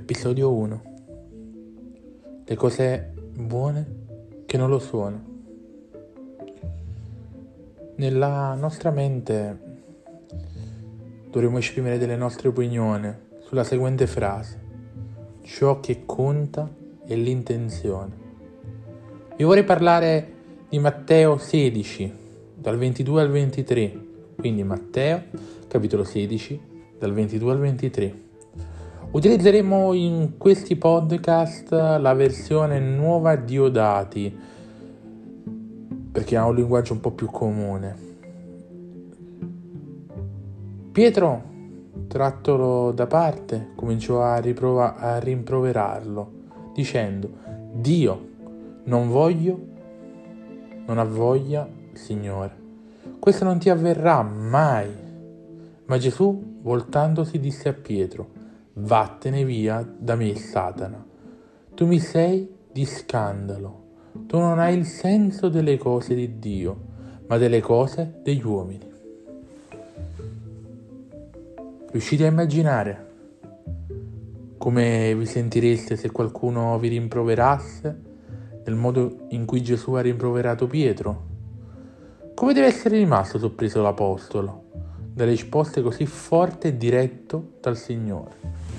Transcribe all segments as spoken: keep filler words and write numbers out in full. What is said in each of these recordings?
Episodio uno. Le cose buone che non lo sono. Nella nostra mente dovremmo esprimere delle nostre opinioni sulla seguente frase: ciò che conta è l'intenzione. Vi vorrei parlare di Matteo sedici, dal ventidue al ventitré, quindi Matteo, capitolo sedici, dal ventidue al ventitré. Utilizzeremo in questi podcast la versione nuova Diodati, perché ha un linguaggio un po' più comune. Pietro, trattolo da parte, cominciò a, riprova- a rimproverarlo, dicendo: Dio, non voglio, non ha voglia, Signore. Questo non ti avverrà mai. Ma Gesù, voltandosi, disse a Pietro: vattene via da me, Satana. Tu mi sei di scandalo. Tu non hai il senso delle cose di Dio, ma delle cose degli uomini. Riuscite a immaginare come vi sentireste se qualcuno vi rimproverasse nel modo in cui Gesù ha rimproverato Pietro? Come deve essere rimasto sorpreso l'apostolo dalle risposte così forti e diretto dal Signore?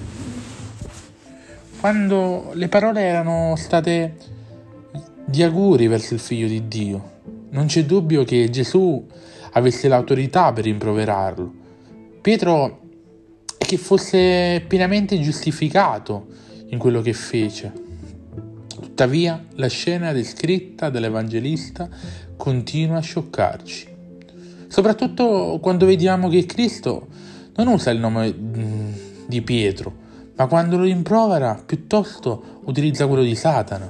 Quando le parole erano state di auguri verso il Figlio di Dio, non c'è dubbio che Gesù avesse l'autorità per rimproverarlo. Pietro è che fosse pienamente giustificato in quello che fece. Tuttavia, la scena descritta dall'Evangelista continua a scioccarci, soprattutto quando vediamo che Cristo non usa il nome di Pietro, ma quando lo rimprovera piuttosto utilizza quello di Satana.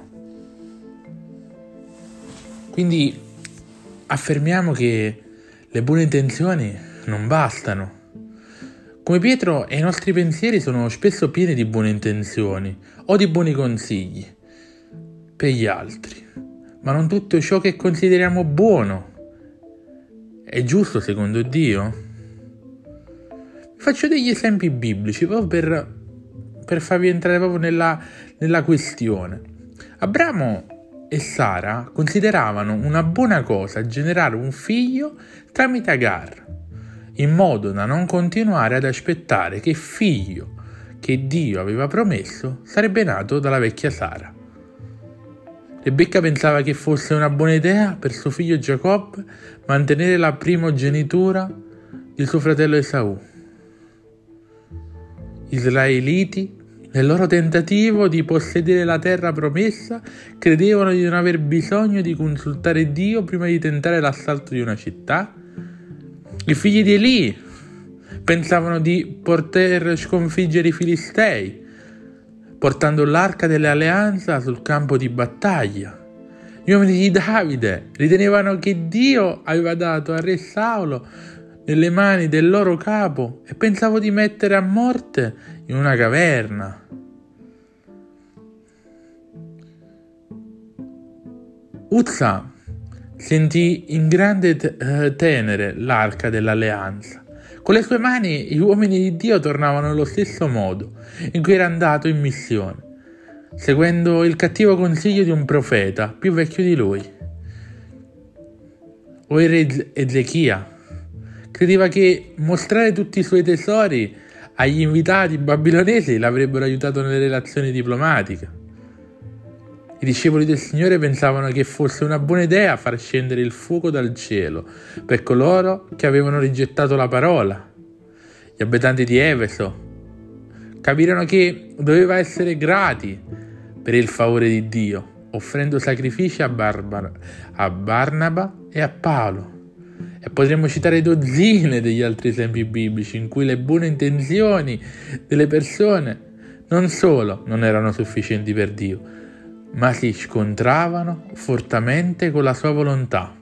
Quindi affermiamo che le buone intenzioni non bastano. Come Pietro, i nostri pensieri sono spesso pieni di buone intenzioni o di buoni consigli per gli altri, ma non tutto ciò che consideriamo buono è giusto secondo Dio. Faccio degli esempi biblici proprio per, per farvi entrare proprio nella, nella questione. Abramo e Sara consideravano una buona cosa generare un figlio tramite Agar, in modo da non continuare ad aspettare che il figlio che Dio aveva promesso sarebbe nato dalla vecchia Sara. Rebecca pensava che fosse una buona idea per suo figlio Giacobbe mantenere la primogenitura di suo fratello Esaù. Gli israeliti, nel loro tentativo di possedere la terra promessa, credevano di non aver bisogno di consultare Dio prima di tentare l'assalto di una città. I figli di Eli pensavano di poter sconfiggere i Filistei, portando l'arca dell'alleanza sul campo di battaglia. Gli uomini di Davide ritenevano che Dio aveva dato al re Saulo nelle mani del loro capo e pensavano di mettere a morte in una caverna. Uzza sentì in grande tenere l'arca dell'alleanza. Con le sue mani gli uomini di Dio tornavano allo stesso modo in cui era andato in missione, seguendo il cattivo consiglio di un profeta più vecchio di lui. O il re Ezechia credeva che mostrare tutti i suoi tesori agli invitati babilonesi l'avrebbero aiutato nelle relazioni diplomatiche. I discepoli del Signore pensavano che fosse una buona idea far scendere il fuoco dal cielo per coloro che avevano rigettato la parola. Gli abitanti di Efeso capirono che doveva essere grati per il favore di Dio, offrendo sacrifici a, Barbara, a Barnaba e a Paolo. E potremmo citare dozzine degli altri esempi biblici in cui le buone intenzioni delle persone non solo non erano sufficienti per Dio, ma si scontravano fortemente con la sua volontà.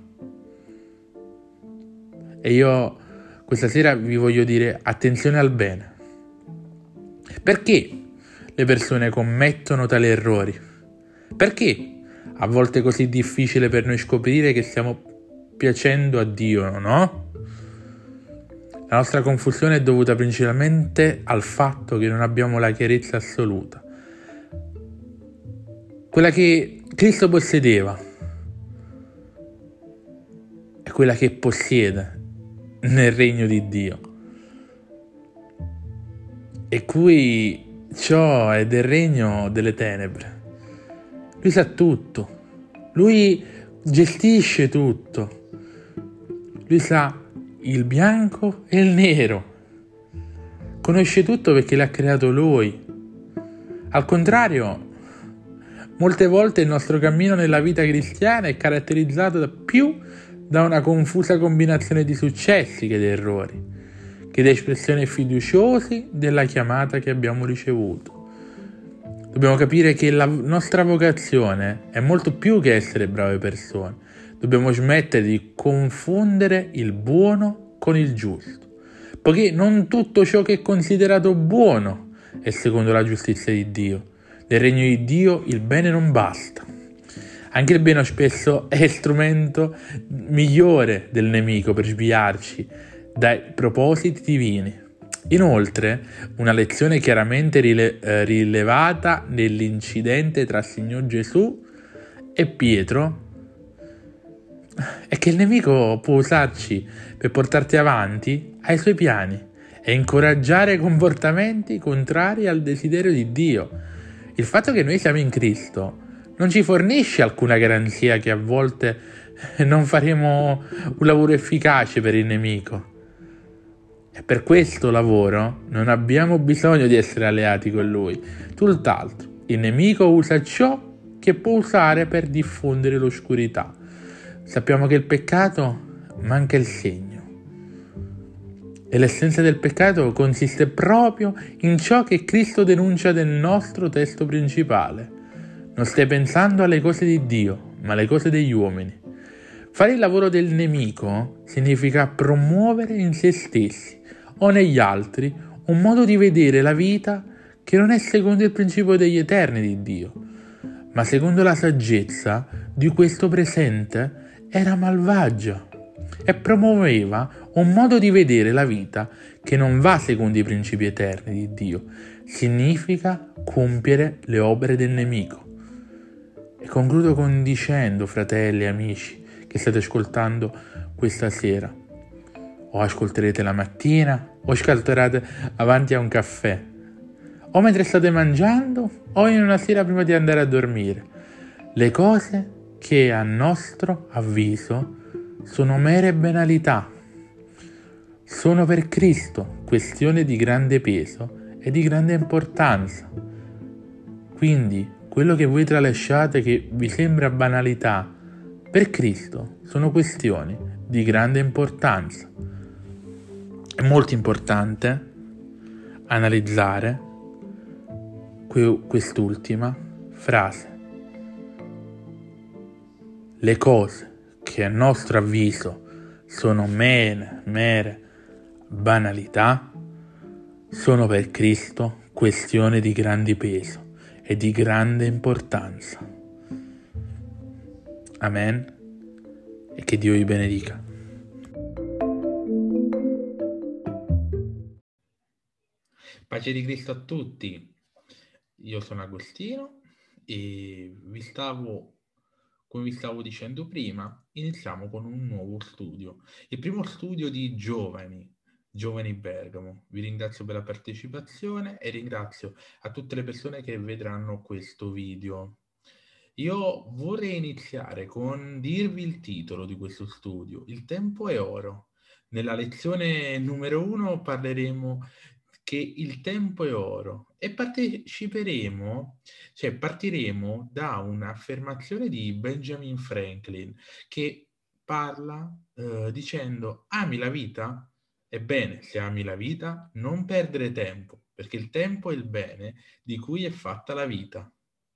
E io questa sera vi voglio dire attenzione al bene. Perché le persone commettono tali errori? Perché a volte è così difficile per noi scoprire che stiamo piacendo a Dio, no? La nostra confusione è dovuta principalmente al fatto che non abbiamo la chiarezza assoluta quella che Cristo possedeva, è quella che possiede nel regno di Dio. E qui ciò è del regno delle tenebre. Lui sa tutto, lui gestisce tutto, lui sa il bianco e il nero, conosce tutto perché l'ha creato lui. Al contrario, molte volte il nostro cammino nella vita cristiana è caratterizzato da più da una confusa combinazione di successi che di errori, che di espressioni fiduciosi della chiamata che abbiamo ricevuto. Dobbiamo capire che la nostra vocazione è molto più che essere brave persone. Dobbiamo smettere di confondere il buono con il giusto, poiché non tutto ciò che è considerato buono è secondo la giustizia di Dio. Nel regno di Dio il bene non basta. Anche il bene spesso è strumento migliore del nemico per sviarci dai propositi divini. Inoltre, una lezione chiaramente rile- eh, rilevata nell'incidente tra Signor Gesù e Pietro è che il nemico può usarci per portarti avanti ai suoi piani e incoraggiare comportamenti contrari al desiderio di Dio. Il fatto che noi siamo in Cristo non ci fornisce alcuna garanzia che a volte non faremo un lavoro efficace per il nemico. E per questo lavoro non abbiamo bisogno di essere alleati con lui. Tutt'altro, il nemico usa ciò che può usare per diffondere l'oscurità. Sappiamo che il peccato manca il segno. E l'essenza del peccato consiste proprio in ciò che Cristo denuncia nel nostro testo principale. Non stai pensando alle cose di Dio, ma alle cose degli uomini. Fare il lavoro del nemico significa promuovere in se stessi o negli altri un modo di vedere la vita che non è secondo il principio degli eterni di Dio, ma secondo la saggezza di questo presente era malvagia e promuoveva un modo di vedere la vita che non va secondo i principi eterni di Dio. Significa compiere le opere del nemico. E concludo con dicendo, fratelli e amici che state ascoltando questa sera, o ascolterete la mattina, o ascolterete avanti a un caffè, o mentre state mangiando, o in una sera prima di andare a dormire. Le cose che a nostro avviso sono mere banalità, sono per Cristo questione di grande peso e di grande importanza. Quindi quello che voi tralasciate che vi sembra banalità, per Cristo sono questioni di grande importanza. È molto importante analizzare que- quest'ultima frase. Le cose che a nostro avviso sono mere, mere banalità, sono per Cristo questione di grande peso e di grande importanza. Amen. E che Dio vi benedica. Pace di Cristo a tutti. Io sono Agostino e vi stavo Come vi stavo dicendo prima, iniziamo con un nuovo studio. Il primo studio di Giovani, Giovani Bergamo. Vi ringrazio per la partecipazione e ringrazio a tutte le persone che vedranno questo video. Io vorrei iniziare con dirvi il titolo di questo studio. Il tempo è oro. Nella lezione numero uno parleremo che il tempo è oro e parteciperemo, cioè partiremo da un'affermazione di Benjamin Franklin che parla eh, dicendo: ami la vita? Ebbene, se ami la vita, non perdere tempo, perché il tempo è il bene di cui è fatta la vita.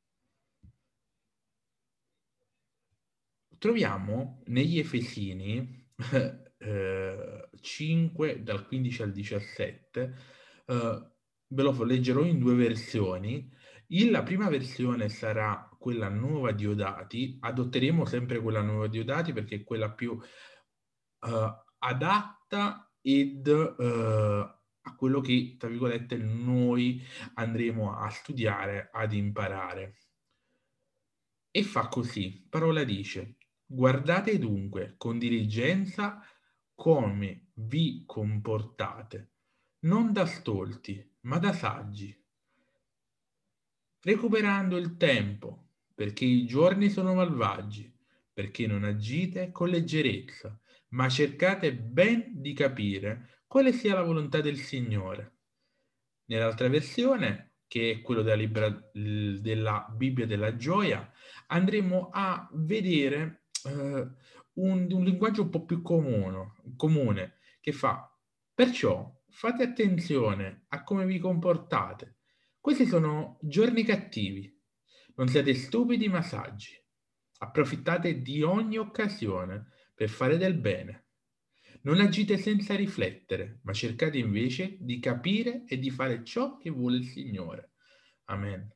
Troviamo negli Efesini eh, cinque, dal quindici al diciassette, eh, ve lo leggerò in due versioni. In la prima versione sarà quella nuova Diodati, adotteremo sempre quella nuova Diodati perché è quella più eh, adatta ed eh, a quello che, tra virgolette, noi andremo a studiare, ad imparare. E fa così, parola dice, guardate dunque con diligenza come vi comportate, non da stolti, ma da saggi, recuperando il tempo, perché i giorni sono malvagi, perché non agite con leggerezza, ma cercate ben di capire quale sia la volontà del Signore. Nell'altra versione, che è quello della, libra, della Bibbia della Gioia, andremo a vedere eh, un, un linguaggio un po' più comune, comune, che fa, perciò fate attenzione a come vi comportate. Questi sono giorni cattivi. Non siate stupidi ma saggi. Approfittate di ogni occasione per fare del bene. Non agite senza riflettere, ma cercate invece di capire e di fare ciò che vuole il Signore. Amen.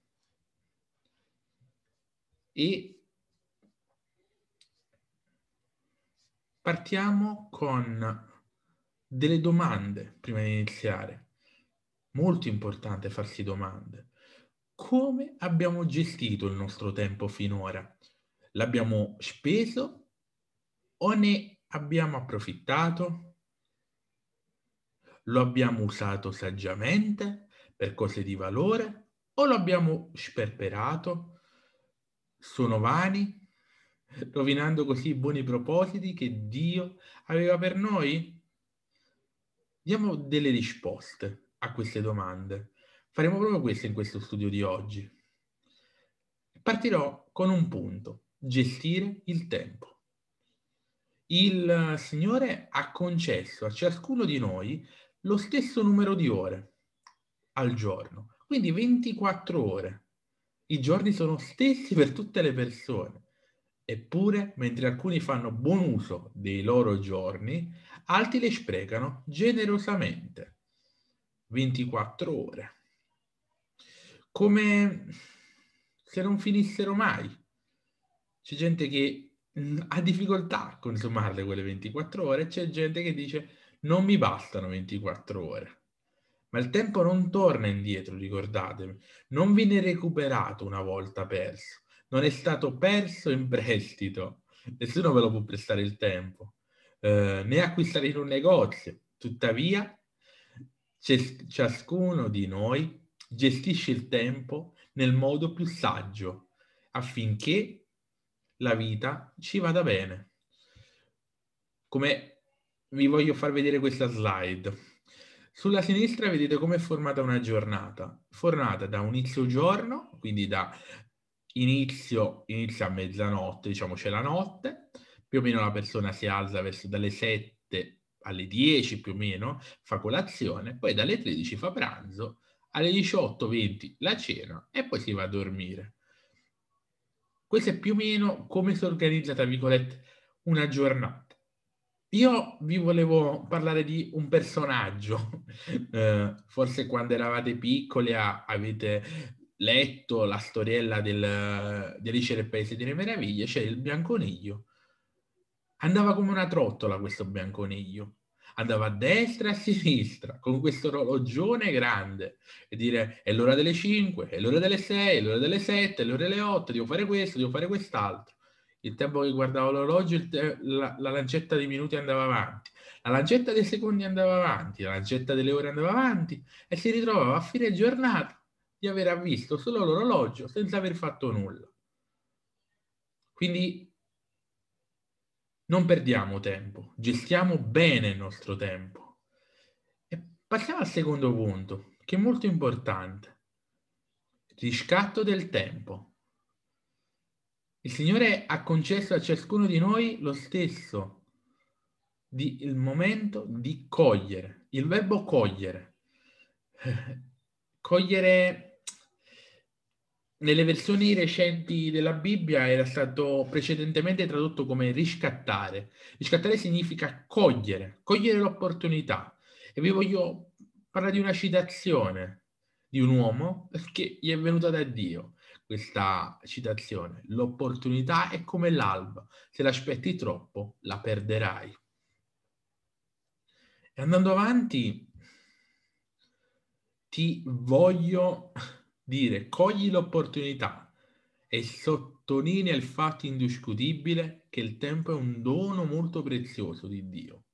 E partiamo con delle domande prima di iniziare. Molto importante farsi domande. Come abbiamo gestito il nostro tempo finora? L'abbiamo speso o ne abbiamo approfittato? Lo abbiamo usato saggiamente per cose di valore o lo abbiamo sperperato? Sono vani, rovinando così i buoni propositi che Dio aveva per noi? Diamo delle risposte a queste domande. Faremo proprio questo in questo studio di oggi. Partirò con un punto: gestire il tempo. Il Signore ha concesso a ciascuno di noi lo stesso numero di ore al giorno, quindi ventiquattro ore. I giorni sono stessi per tutte le persone. Eppure, mentre alcuni fanno buon uso dei loro giorni, altri li sprecano generosamente. ventiquattro ore. Come se non finissero mai. C'è gente che mh, ha difficoltà a consumarle quelle ventiquattro ore, c'è gente che dice non mi bastano ventiquattro ore. Ma il tempo non torna indietro, ricordatevi. Non viene recuperato una volta perso. Non è stato perso in prestito. Nessuno ve lo può prestare il tempo. Eh, né acquistare in un negozio. Tuttavia, ciascuno di noi gestisce il tempo nel modo più saggio affinché la vita ci vada bene. Come vi voglio far vedere questa slide. Sulla sinistra vedete come è formata una giornata, formata da un inizio giorno, quindi da inizio, inizia a mezzanotte, diciamo c'è la notte, più o meno la persona si alza verso dalle sette alle dieci più o meno, fa colazione, poi dalle tredici fa pranzo, alle diciotto venti la cena e poi si va a dormire. Questo è più o meno come si organizza, tra virgolette, una giornata. Io vi volevo parlare di un personaggio, eh, forse quando eravate piccoli a, avete letto la storiella del, di Alice nel Paese delle Meraviglie, c'è il Bianconiglio. Andava come una trottola questo Bianconiglio, andava a destra e a sinistra con questo orologione grande e dire è l'ora delle cinque, è l'ora delle sei, è l'ora delle sette, è l'ora delle otto, devo fare questo, devo fare quest'altro. Il tempo che guardavo l'orologio, te- la, la lancetta dei minuti andava avanti, la lancetta dei secondi andava avanti, la lancetta delle ore andava avanti e si ritrovava a fine giornata di aver visto solo l'orologio senza aver fatto nulla. Quindi non perdiamo tempo, gestiamo bene il nostro tempo. E passiamo al secondo punto, che è molto importante. Riscatto del tempo. Il Signore ha concesso a ciascuno di noi lo stesso di, il momento di cogliere. Il verbo cogliere. Cogliere nelle versioni recenti della Bibbia era stato precedentemente tradotto come riscattare. Riscattare significa cogliere, cogliere l'opportunità. E vi voglio parlare di una citazione di un uomo che gli è venuta da Dio. Questa citazione: l'opportunità è come l'alba, se l'aspetti troppo la perderai. E andando avanti, ti voglio dire, cogli l'opportunità e, so, sottolinea il fatto indiscutibile che il tempo è un dono molto prezioso di Dio.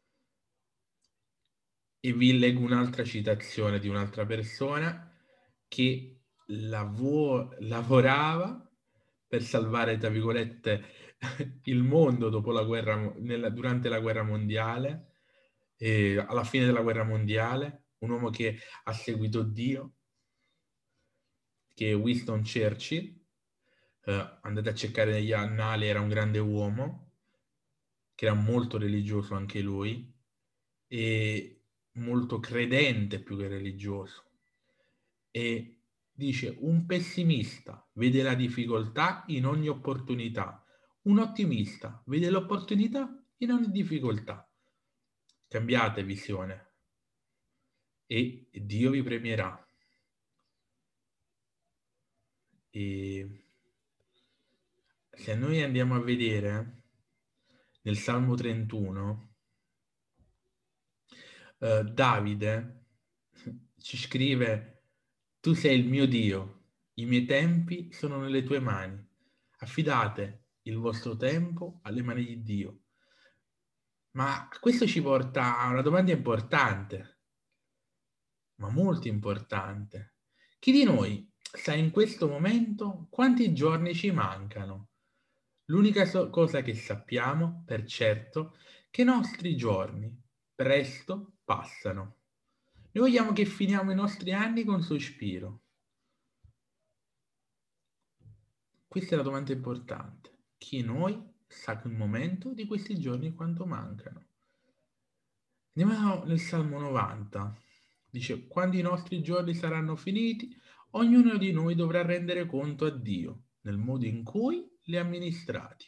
E vi leggo un'altra citazione di un'altra persona che lavo- lavorava per salvare, tra virgolette, il mondo dopo la guerra, mo- nella- durante la guerra mondiale, e alla fine della guerra mondiale, un uomo che ha seguito Dio, che è Winston Churchill. Eh, andate a cercare negli annali, era un grande uomo, che era molto religioso anche lui, e molto credente più che religioso. E dice: un pessimista vede la difficoltà in ogni opportunità, un ottimista vede l'opportunità in ogni difficoltà. Cambiate visione e Dio vi premierà. E se noi andiamo a vedere nel Salmo trentuno, eh, Davide ci scrive: tu sei il mio Dio, i miei tempi sono nelle tue mani, affidate il vostro tempo alle mani di Dio. Ma questo ci porta a una domanda importante, ma molto importante. Chi di noi sa in questo momento quanti giorni ci mancano? L'unica so- cosa che sappiamo, per certo, che i nostri giorni presto passano. Noi vogliamo che finiamo i nostri anni con sospiro. Questa è la domanda importante. Chi di noi sa il momento di questi giorni quanto mancano? Andiamo nel Salmo novanta. Dice: quando i nostri giorni saranno finiti, ognuno di noi dovrà rendere conto a Dio nel modo in cui li ha amministrati.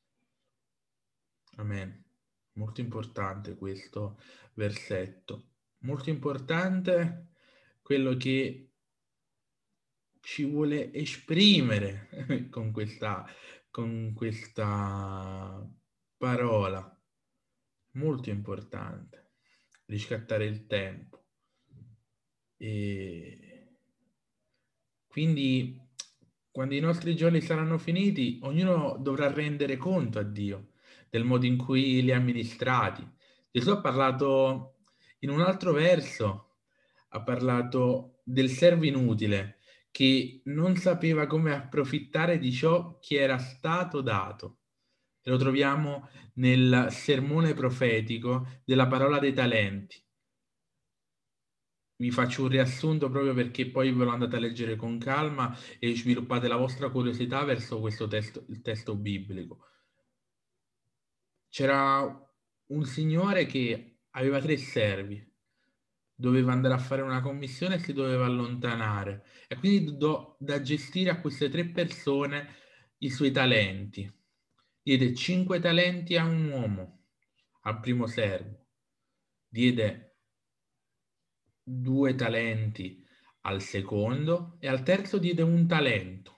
Amen. Molto importante questo versetto. Molto importante quello che ci vuole esprimere con questa, con questa parola. Molto importante. Riscattare il tempo. E quindi, quando i nostri giorni saranno finiti, ognuno dovrà rendere conto a Dio del modo in cui li ha amministrati. Gesù ha parlato in un altro verso, ha parlato del servo inutile che non sapeva come approfittare di ciò che era stato dato. E lo troviamo nel sermone profetico della parola dei talenti. Vi faccio un riassunto proprio perché poi ve lo andate a leggere con calma e sviluppate la vostra curiosità verso questo testo, il testo biblico. C'era un signore che aveva tre servi, doveva andare a fare una commissione e si doveva allontanare, e quindi do, da gestire a queste tre persone i suoi talenti. Diede cinque talenti a un uomo, al primo servo, diede due talenti al secondo e al terzo diede un talento.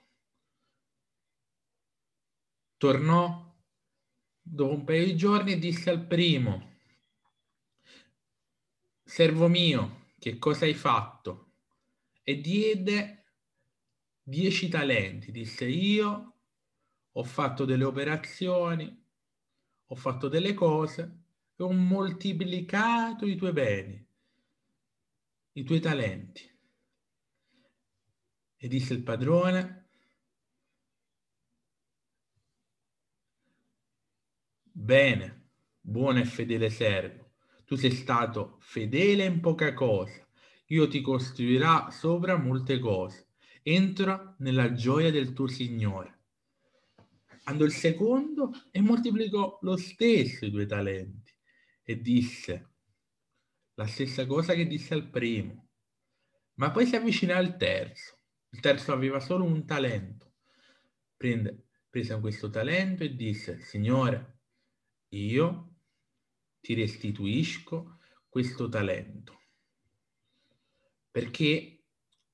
Tornò dopo un paio di giorni e disse al primo: servo mio, che cosa hai fatto? E diede dieci talenti. Disse: io ho fatto delle operazioni, ho fatto delle cose e ho moltiplicato i tuoi beni, i tuoi talenti. E disse il padrone: bene, buono e fedele servo, tu sei stato fedele in poca cosa, io ti costruirò sopra molte cose. Entra nella gioia del tuo Signore. Andò il secondo e moltiplicò lo stesso i due talenti e disse la stessa cosa che disse al primo, ma poi si avvicina al terzo. Il terzo aveva solo un talento. Prende, prese questo talento e disse: Signore, io ti restituisco questo talento perché,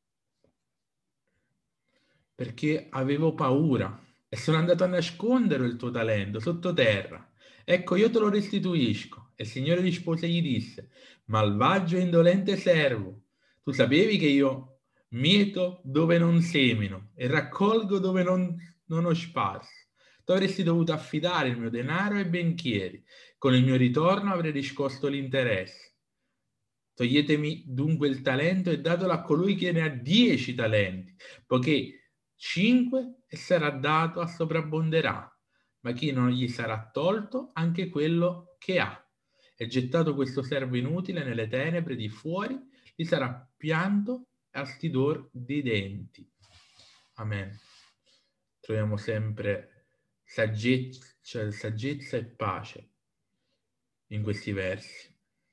perché avevo paura e sono andato a nascondere il tuo talento sottoterra. Ecco, io te lo restituisco. E il Signore rispose e gli disse: malvagio e indolente servo, tu sapevi che io mieto dove non semino e raccolgo dove non non ho sparso. Tu avresti dovuto affidare il mio denaro ai banchieri. Con il mio ritorno avrei riscosso l'interesse. Toglietemi dunque il talento e datelo a colui che ne ha dieci talenti, poiché cinque e sarà dato a sovrabbonderà, ma chi non gli sarà tolto anche quello che ha. E gettato questo servo inutile nelle tenebre di fuori, gli sarà pianto e stridor di denti. Amen. Troviamo sempre saggezza, cioè saggezza e pace in questi versi.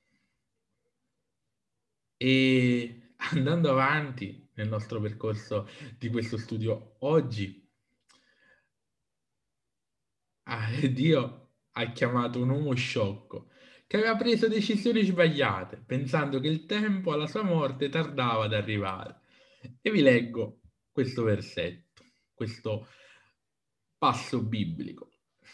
E andando avanti nel nostro percorso di questo studio oggi, ah, Dio ha chiamato un uomo sciocco che aveva preso decisioni sbagliate, pensando che il tempo alla sua morte tardava ad arrivare. E vi leggo questo versetto, questo passo biblico.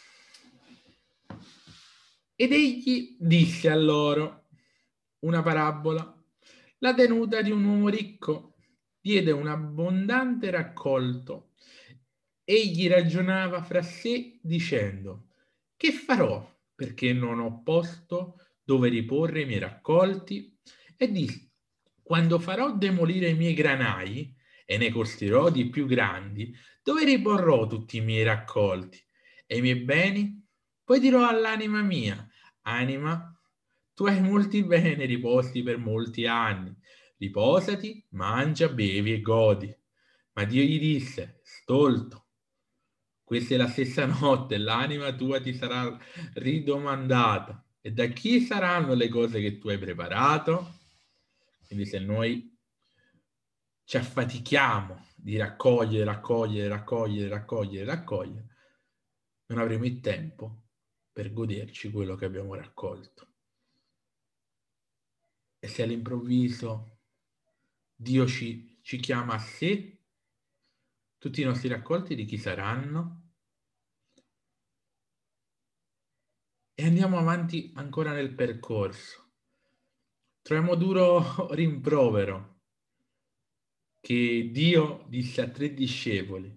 Ed egli disse a loro una parabola. La tenuta di un uomo ricco diede un abbondante raccolto. Egli ragionava fra sé dicendo: che farò perché non ho posto dove riporre i miei raccolti? E disse: quando farò demolire i miei granai e ne costruirò di più grandi, dove riporrò tutti i miei raccolti e i miei beni? Poi dirò all'anima mia: anima, tu hai molti beni riposti per molti anni. Riposati, mangia, bevi e godi. Ma Dio gli disse: stolto, questa è la stessa notte, l'anima tua ti sarà ridomandata. E da chi saranno le cose che tu hai preparato? Quindi se noi ci affatichiamo di raccogliere, raccogliere, raccogliere, raccogliere, raccogliere, non avremo il tempo per goderci quello che abbiamo raccolto. E se all'improvviso Dio ci, ci chiama a sé, tutti i nostri raccolti di chi saranno? E andiamo avanti ancora nel percorso. Troviamo duro rimprovero che Dio disse a tre discepoli.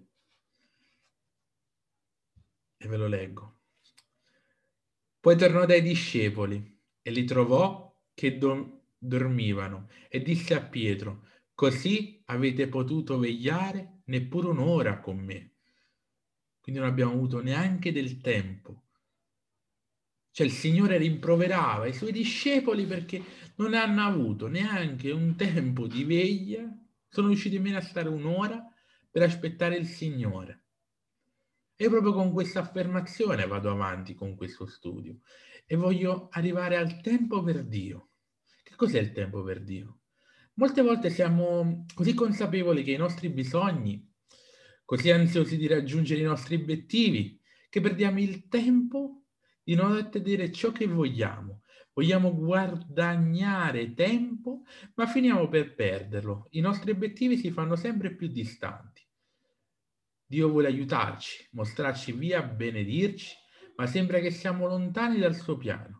E ve lo leggo. Poi tornò dai discepoli e li trovò che do- dormivano e disse a Pietro: così avete potuto vegliare neppure un'ora con me. Quindi non abbiamo avuto neanche del tempo. Cioè il Signore rimproverava i suoi discepoli perché non hanno avuto neanche un tempo di veglia, sono riusciti nemmeno a stare un'ora per aspettare il Signore. E proprio con questa affermazione vado avanti con questo studio e voglio arrivare al tempo per Dio. Che cos'è il tempo per Dio? Molte volte siamo così consapevoli che i nostri bisogni, così ansiosi di raggiungere i nostri obiettivi, che perdiamo il tempo di non ottenere ciò che vogliamo. Vogliamo guadagnare tempo, ma finiamo per perderlo. I nostri obiettivi si fanno sempre più distanti. Dio vuole aiutarci, mostrarci via, benedirci, ma sembra che siamo lontani dal suo piano.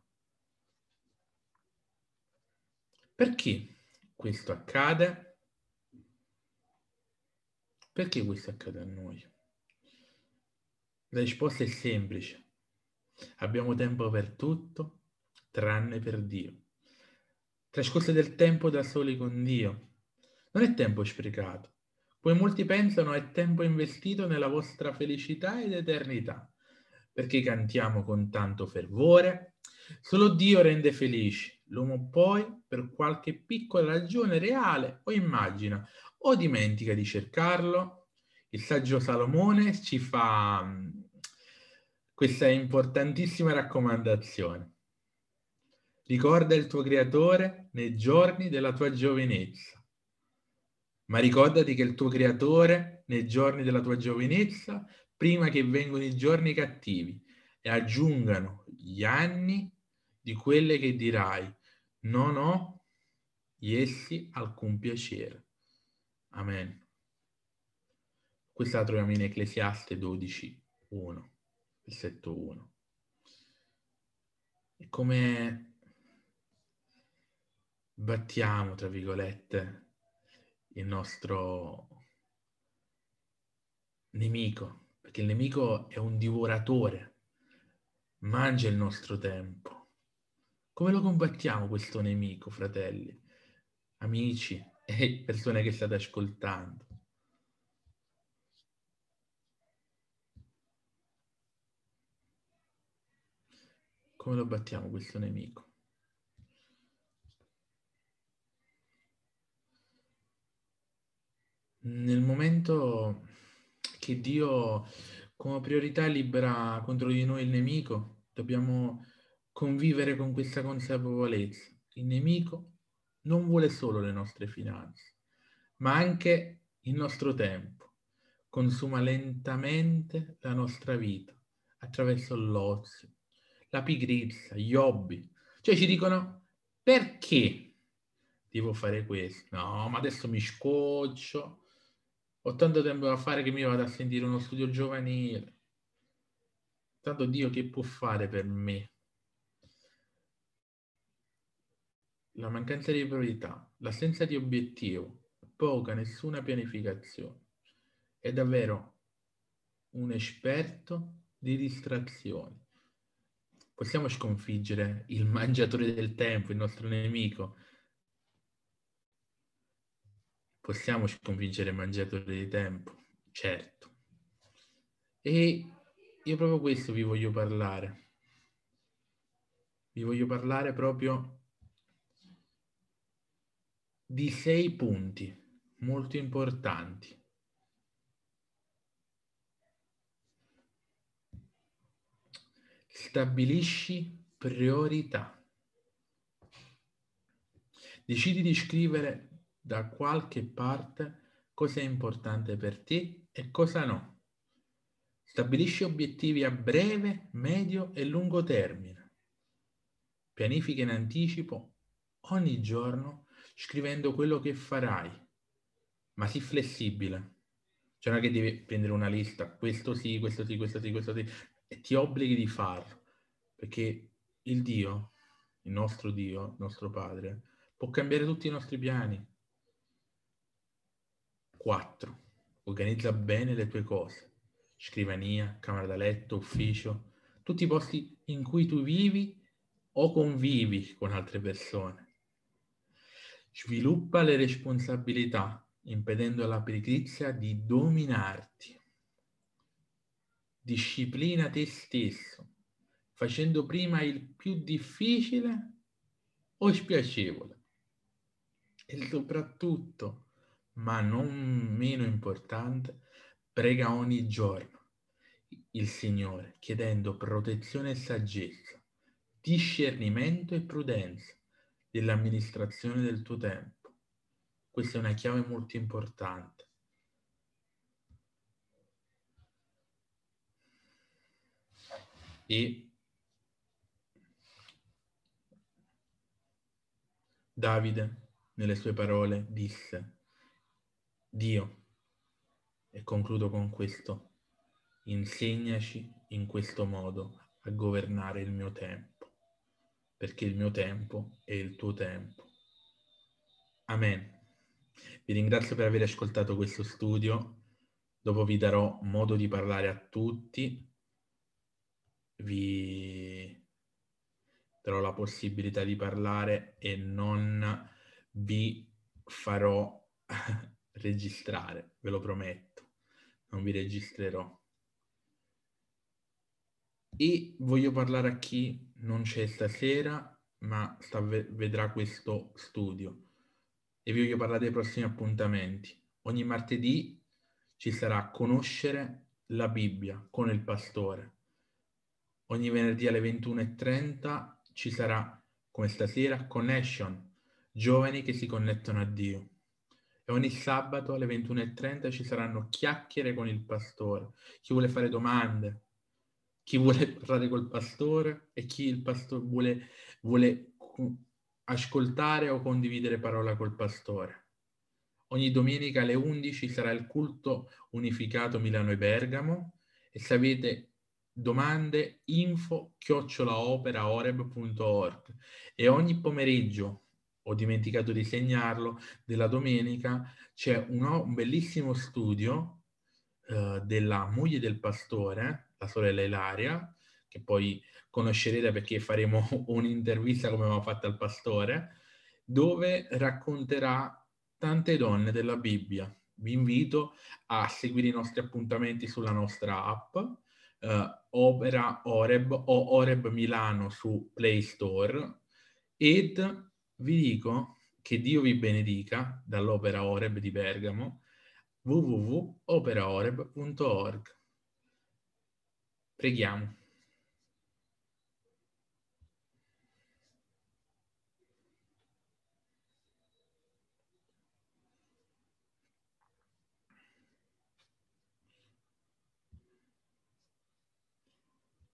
Perché questo accade? Perché questo accade a noi? La risposta è semplice. Abbiamo tempo per tutto, tranne per Dio. Trascorso del tempo da soli con Dio. Non è tempo sprecato. Poi molti pensano è tempo investito nella vostra felicità ed eternità. Perché cantiamo con tanto fervore? Solo Dio rende felici. L'uomo poi, per qualche piccola ragione reale o immagina, o dimentica di cercarlo. Il saggio Salomone ci fa mh, questa importantissima raccomandazione. Ricorda il tuo creatore nei giorni della tua giovinezza. Ma ricordati che il tuo creatore nei giorni della tua giovinezza, prima che vengano i giorni cattivi e aggiungano gli anni di quelle che dirai, non ho essi alcun piacere. Amen. Questa la troviamo in Ecclesiaste dodici, uno, versetto uno. E come battiamo, tra virgolette, il nostro nemico, perché perché il nemico è un divoratore, mangia il nostro tempo. Come lo combattiamo questo nemico, fratelli, amici e persone che state ascoltando? Come lo battiamo questo nemico? Nel momento che Dio come priorità libera contro di noi il nemico, dobbiamo convivere con questa consapevolezza. Il nemico non vuole solo le nostre finanze, ma anche il nostro tempo. Consuma lentamente la nostra vita attraverso l'ozio, la pigrizia, gli hobby. Cioè ci dicono: perché devo fare questo? No, ma adesso mi scoccio. Ho tanto tempo da fare che mi vado a sentire uno studio giovanile. Tanto Dio che può fare per me? La mancanza di priorità, l'assenza di obiettivo, poca, nessuna pianificazione. È davvero un esperto di distrazioni. Possiamo sconfiggere il mangiatore del tempo, il nostro nemico? Possiamo sconfiggere il mangiatore di tempo? Certo. E io proprio questo vi voglio parlare. Vi voglio parlare proprio di sei punti molto importanti. Stabilisci priorità. Decidi di scrivere da qualche parte cosa è importante per te e cosa no. Stabilisci obiettivi a breve, medio e lungo termine. Pianifica in anticipo ogni giorno scrivendo quello che farai, ma sii flessibile. Cioè non è che devi prendere una lista, questo sì, questo sì, questo sì, questo sì, e ti obblighi di farlo, perché il Dio, il nostro Dio, il nostro Padre, può cambiare tutti i nostri piani. quattro. Organizza bene le tue cose. Scrivania, camera da letto, ufficio, tutti i posti in cui tu vivi o convivi con altre persone. Sviluppa le responsabilità, impedendo alla pigrizia di dominarti. Disciplina te stesso, facendo prima il più difficile o spiacevole. E soprattutto, ma non meno importante, prega ogni giorno il Signore, chiedendo protezione e saggezza, discernimento e prudenza nell'amministrazione del tuo tempo. Questa è una chiave molto importante. E Davide, nelle sue parole, disse: Dio, e concludo con questo, insegnaci in questo modo a governare il mio tempo, perché il mio tempo è il tuo tempo. Amen. Vi ringrazio per aver ascoltato questo studio. Dopo vi darò modo di parlare a tutti. Vi darò la possibilità di parlare e non vi farò registrare, ve lo prometto. Non vi registrerò. E voglio parlare a chi non c'è stasera, ma sta, vedrà questo studio. E vi voglio parlare dei prossimi appuntamenti. Ogni martedì ci sarà Conoscere la Bibbia con il pastore. Ogni venerdì alle ventuno e trenta ci sarà, come stasera, Connection, giovani che si connettono a Dio. E ogni sabato alle ventuno e trenta ci saranno chiacchiere con il pastore. Chi vuole fare domande, chi vuole parlare col pastore e chi il pastore vuole, vuole ascoltare o condividere parola col pastore. Ogni domenica alle undici sarà il culto unificato Milano e Bergamo, e se avete domande, info chiocciola opera oreb punto org. E ogni pomeriggio, ho dimenticato di segnarlo, della domenica c'è un, un bellissimo studio eh, della moglie del pastore, la sorella Ilaria, che poi conoscerete perché faremo un'intervista come avevamo fatto al pastore, dove racconterà tante donne della Bibbia. Vi invito a seguire i nostri appuntamenti sulla nostra app, eh, Opera Oreb o Oreb Milano su Play Store, ed vi dico che Dio vi benedica dall'Opera Oreb di Bergamo, w w w punto opera oreb punto org. Preghiamo.